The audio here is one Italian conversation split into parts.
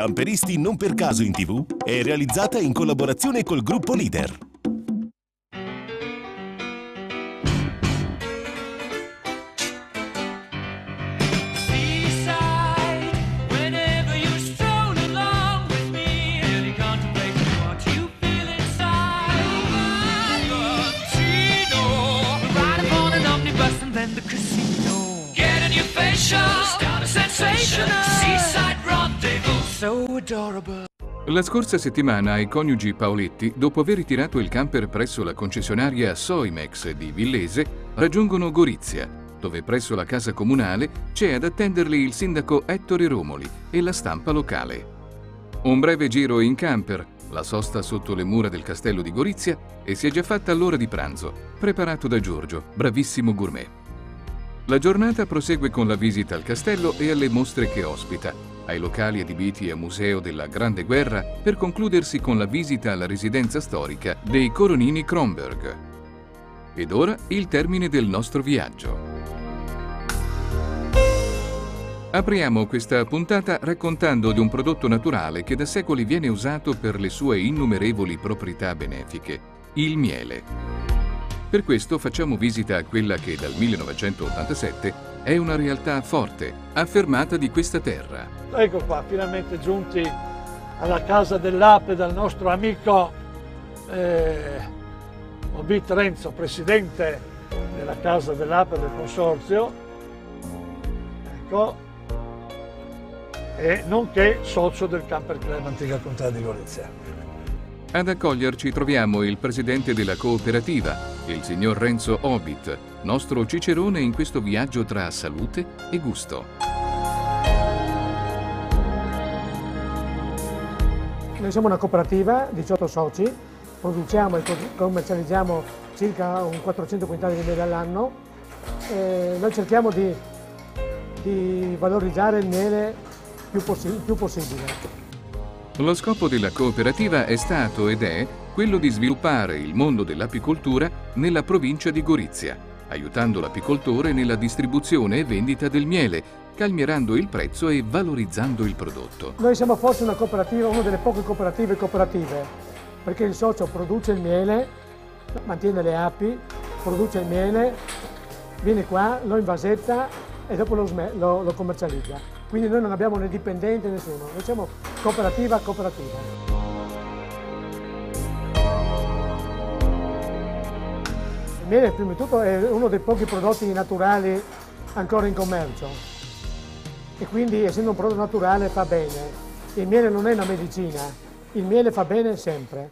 Camperisti non per caso in TV è realizzata in collaborazione col gruppo Leader. La scorsa settimana i coniugi Paoletti, dopo aver ritirato il camper presso la concessionaria Soimex di Villese, raggiungono Gorizia, dove presso la casa comunale c'è ad attenderli il sindaco Ettore Romoli e la stampa locale. Un breve giro in camper, la sosta sotto le mura del castello di Gorizia e si è già fatta l'ora di pranzo, preparato da Giorgio, bravissimo gourmet. La giornata prosegue con la visita al castello e alle mostre che ospita, ai locali adibiti a museo della Grande Guerra, per concludersi con la visita alla residenza storica dei Coronini Kronberg. Ed ora il termine del nostro viaggio. Apriamo questa puntata raccontando di un prodotto naturale che da secoli viene usato per le sue innumerevoli proprietà benefiche, il miele. Per questo facciamo visita a quella che dal 1987 è una realtà forte, affermata di questa terra. Ecco qua, finalmente giunti alla casa dell'Ape dal nostro amico Obit Renzo, presidente della casa dell'Ape del consorzio, ecco, e nonché socio del Camper Club Antica Contea di Gorizia. Ad accoglierci troviamo il presidente della cooperativa, il signor Renzo Obit, nostro cicerone in questo viaggio tra salute e gusto. Noi siamo una cooperativa, 18 soci, produciamo e commercializziamo circa un 400 quintali di miele all'anno. Noi cerchiamo di valorizzare il miele più possibile. Lo scopo della cooperativa è stato ed è quello di sviluppare il mondo dell'apicoltura nella provincia di Gorizia, aiutando l'apicoltore nella distribuzione e vendita del miele, calmierando il prezzo e valorizzando il prodotto. Noi siamo forse una cooperativa, una delle poche cooperative, perché il socio produce il miele, mantiene le api, produce il miele, viene qua, lo invasetta e dopo lo commercializza. Quindi noi non abbiamo né dipendenti né nessuno, noi siamo cooperativa. Il miele, prima di tutto, è uno dei pochi prodotti naturali ancora in commercio e quindi, essendo un prodotto naturale, fa bene. Il miele non è una medicina, il miele fa bene sempre.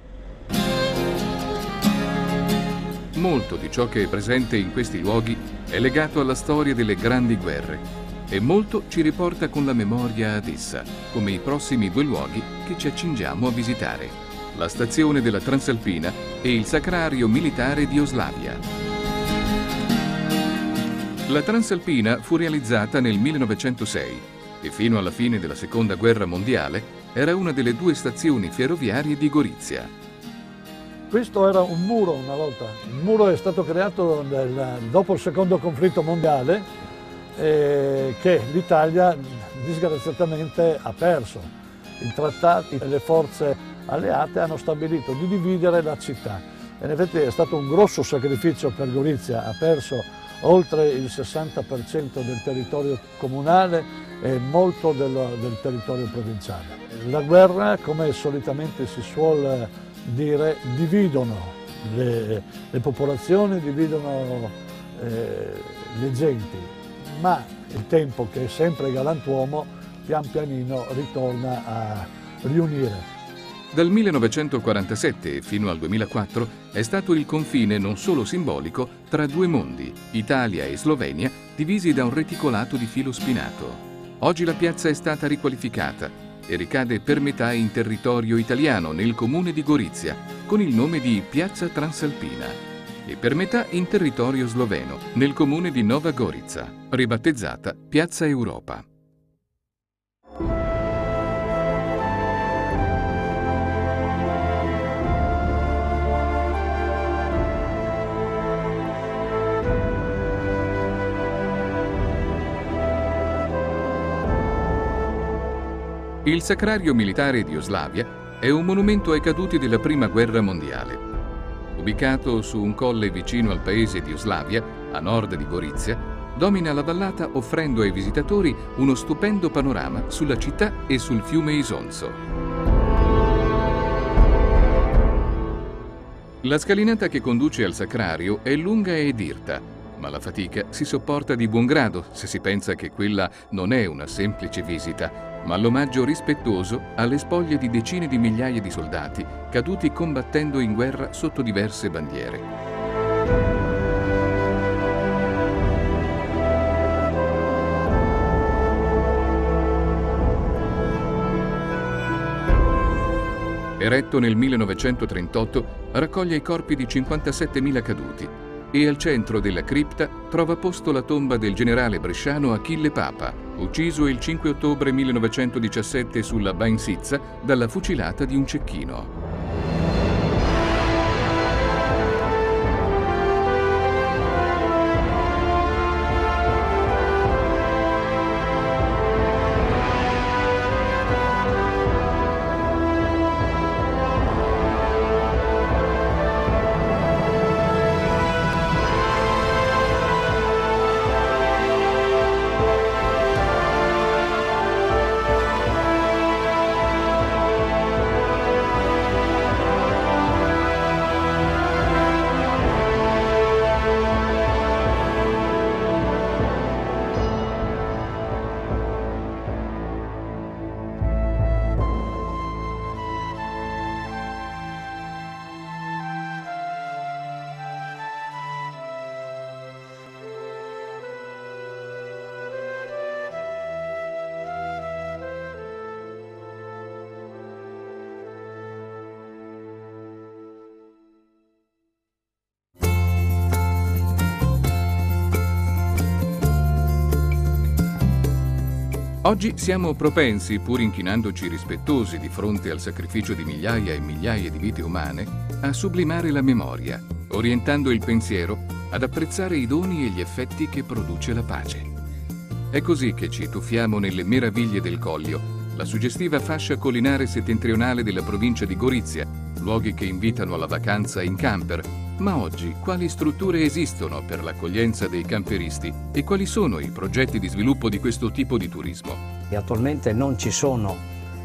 Molto di ciò che è presente in questi luoghi è legato alla storia delle grandi guerre e molto ci riporta con la memoria ad essa, come i prossimi due luoghi che ci accingiamo a visitare: la stazione della Transalpina e il Sacrario Militare di Oslavia. La Transalpina fu realizzata nel 1906 e fino alla fine della Seconda Guerra Mondiale era una delle due stazioni ferroviarie di Gorizia. Questo era un muro una volta. Il muro è stato creato dopo il secondo conflitto mondiale che l'Italia disgraziatamente ha perso. I trattati e le forze alleate hanno stabilito di dividere la città. In effetti è stato un grosso sacrificio per Gorizia, ha perso oltre il 60% del territorio comunale e molto del territorio provinciale. La guerra, come solitamente si suol dire, dividono le popolazioni, dividono le genti. Ma il tempo, che è sempre galantuomo, pian pianino ritorna a riunire. Dal 1947 fino al 2004 è stato il confine non solo simbolico tra due mondi, Italia e Slovenia, divisi da un reticolato di filo spinato. Oggi la piazza è stata riqualificata e ricade per metà in territorio italiano, nel comune di Gorizia, con il nome di Piazza Transalpina, e per metà in territorio sloveno, nel comune di Nova Gorica, ribattezzata Piazza Europa. Il Sacrario Militare di Oslavia è un monumento ai caduti della Prima Guerra Mondiale. Ubicato su un colle vicino al paese di Oslavia, a nord di Gorizia, domina la vallata offrendo ai visitatori uno stupendo panorama sulla città e sul fiume Isonzo. La scalinata che conduce al Sacrario è lunga ed irta, ma la fatica si sopporta di buon grado se si pensa che quella non è una semplice visita, ma l'omaggio rispettoso alle spoglie di decine di migliaia di soldati caduti combattendo in guerra sotto diverse bandiere. Eretto nel 1938, raccoglie i corpi di 57.000 caduti e al centro della cripta trova posto la tomba del generale bresciano Achille Papa, ucciso il 5 ottobre 1917 sulla Bainsizza dalla fucilata di un cecchino. Oggi siamo propensi, pur inchinandoci rispettosi di fronte al sacrificio di migliaia e migliaia di vite umane, a sublimare la memoria, orientando il pensiero ad apprezzare i doni e gli effetti che produce la pace. È così che ci tuffiamo nelle meraviglie del Collio, la suggestiva fascia collinare settentrionale della provincia di Gorizia, luoghi che invitano alla vacanza in camper. Ma oggi quali strutture esistono per l'accoglienza dei camperisti e quali sono i progetti di sviluppo di questo tipo di turismo? Attualmente non ci sono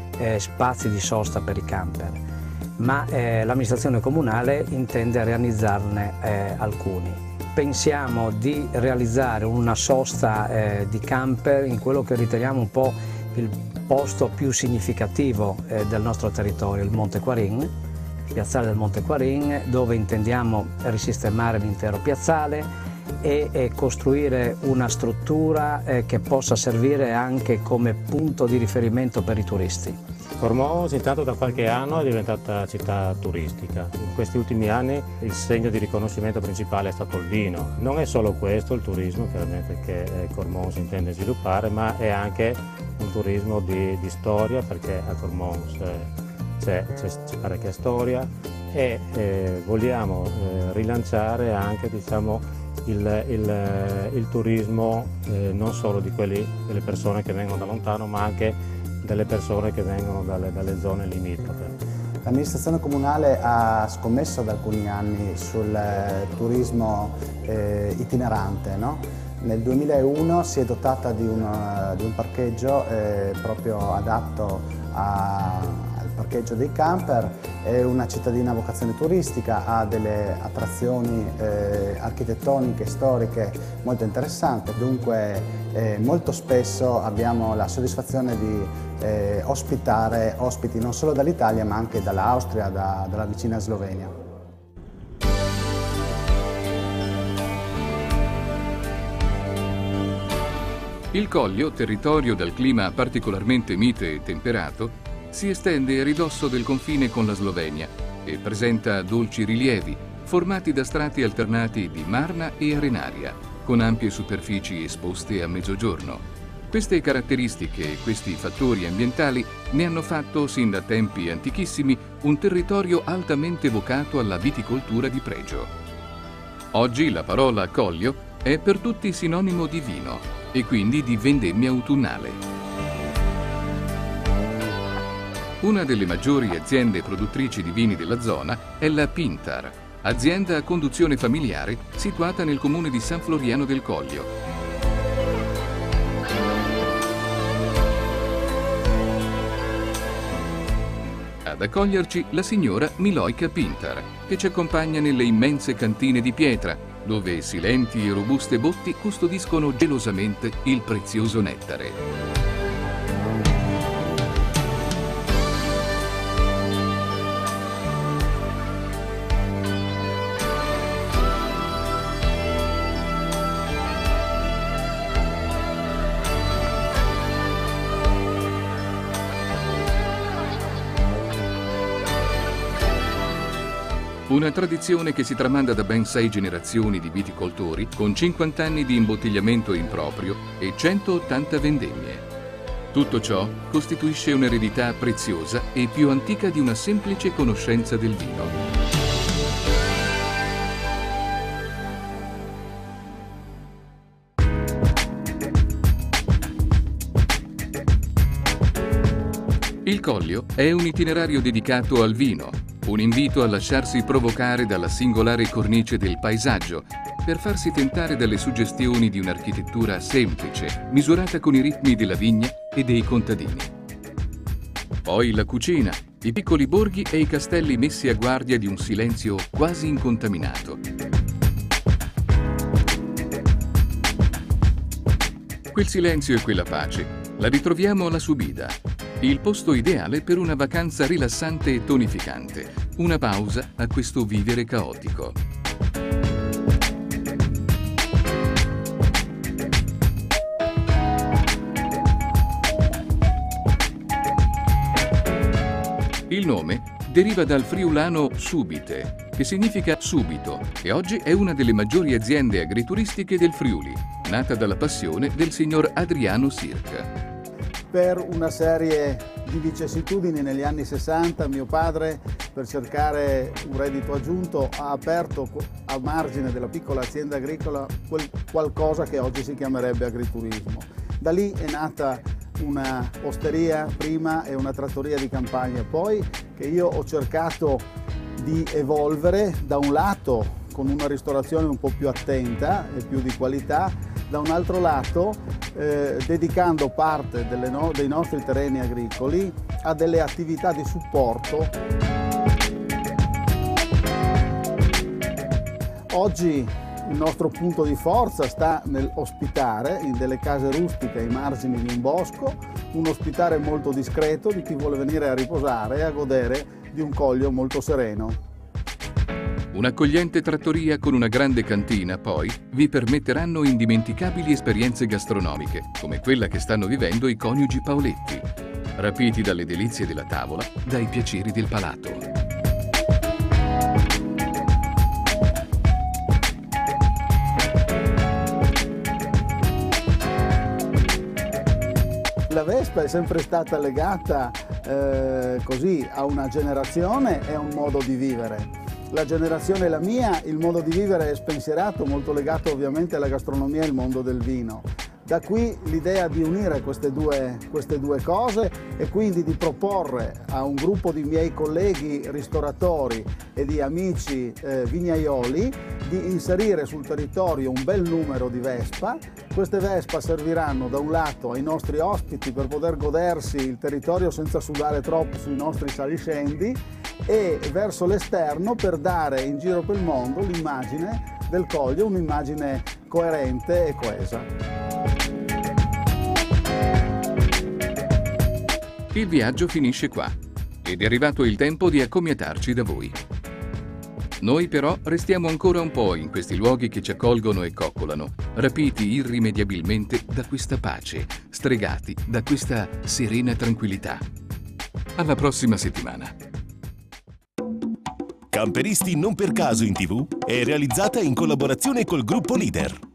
spazi di sosta per i camper, ma l'amministrazione comunale intende realizzarne alcuni. Pensiamo di realizzare una sosta di camper in quello che riteniamo un po' il posto più significativo del nostro territorio, il Monte Quarin, il piazzale del Monte Quarin, dove intendiamo risistemare l'intero piazzale e costruire una struttura che possa servire anche come punto di riferimento per i turisti. Cormons intanto da qualche anno è diventata città turistica. In questi ultimi anni il segno di riconoscimento principale è stato il vino. Non è solo questo il turismo chiaramente che Cormons intende sviluppare, ma è anche un turismo di storia, perché a Cormons c'è parecchia storia e vogliamo rilanciare anche, diciamo, il turismo non solo delle persone che vengono da lontano, ma anche delle persone che vengono dalle zone limitrofe. L'amministrazione comunale ha scommesso da alcuni anni sul turismo itinerante, no? Nel 2001 si è dotata di un parcheggio proprio adatto al parcheggio dei camper. È una cittadina a vocazione turistica, ha delle attrazioni architettoniche, storiche molto interessanti, dunque molto spesso abbiamo la soddisfazione di ospitare ospiti non solo dall'Italia ma anche dall'Austria, dalla vicina Slovenia. Il Collio, territorio dal clima particolarmente mite e temperato, si estende a ridosso del confine con la Slovenia e presenta dolci rilievi formati da strati alternati di marna e arenaria, con ampie superfici esposte a mezzogiorno. Queste caratteristiche e questi fattori ambientali ne hanno fatto, sin da tempi antichissimi, un territorio altamente vocato alla viticoltura di pregio. Oggi la parola Collio è per tutti sinonimo di vino e quindi di vendemmia autunnale. Una delle maggiori aziende produttrici di vini della zona è la Pintar, azienda a conduzione familiare situata nel comune di San Floriano del Coglio. Ad accoglierci la signora Miloika Pintar, che ci accompagna nelle immense cantine di pietra, dove silenti e robuste botti custodiscono gelosamente il prezioso nettare. Una tradizione che si tramanda da ben 6 generazioni di viticoltori, con 50 anni di imbottigliamento in proprio e 180 vendemmie. Tutto ciò costituisce un'eredità preziosa e più antica di una semplice conoscenza del vino. Il Coglio è un itinerario dedicato al vino, un invito a lasciarsi provocare dalla singolare cornice del paesaggio per farsi tentare dalle suggestioni di un'architettura semplice, misurata con i ritmi della vigna e dei contadini. Poi la cucina, i piccoli borghi e i castelli messi a guardia di un silenzio quasi incontaminato. Quel silenzio e quella pace la ritroviamo alla Subida, il posto ideale per una vacanza rilassante e tonificante, una pausa a questo vivere caotico. Il nome deriva dal friulano subite, che significa subito, e oggi è una delle maggiori aziende agrituristiche del Friuli, nata dalla passione del signor Adriano Sirca. Per una serie di vicissitudini negli anni 60 mio padre, per cercare un reddito aggiunto, ha aperto a margine della piccola azienda agricola qualcosa che oggi si chiamerebbe agriturismo. Da lì è nata una osteria prima e una trattoria di campagna poi, che io ho cercato di evolvere, da un lato con una ristorazione un po' più attenta e più di qualità, da un altro lato dedicando parte dei nostri terreni agricoli a delle attività di supporto. Oggi il nostro punto di forza sta nell'ospitare in delle case rustiche ai margini di un bosco, un ospitare molto discreto di chi vuole venire a riposare e a godere di un Coglio molto sereno. Un'accogliente trattoria con una grande cantina, poi, vi permetteranno indimenticabili esperienze gastronomiche, come quella che stanno vivendo i coniugi Paoletti, rapiti dalle delizie della tavola, dai piaceri del palato. La Vespa è sempre stata legata così a una generazione e a un modo di vivere. La generazione, la mia, il modo di vivere è spensierato, molto legato ovviamente alla gastronomia e al mondo del vino. Da qui l'idea di unire queste due cose e quindi di proporre a un gruppo di miei colleghi ristoratori e di amici vignaioli di inserire sul territorio un bel numero di Vespa. Queste Vespa serviranno da un lato ai nostri ospiti per poter godersi il territorio senza sudare troppo sui nostri saliscendi e verso l'esterno per dare in giro per il mondo l'immagine del Coglio, un'immagine coerente e coesa. Il viaggio finisce qua ed è arrivato il tempo di accomiatarci da voi. Noi però restiamo ancora un po' in questi luoghi che ci accolgono e coccolano, rapiti irrimediabilmente da questa pace, stregati da questa serena tranquillità. Alla prossima settimana. Camperisti non per caso in TV è realizzata in collaborazione col gruppo Leader.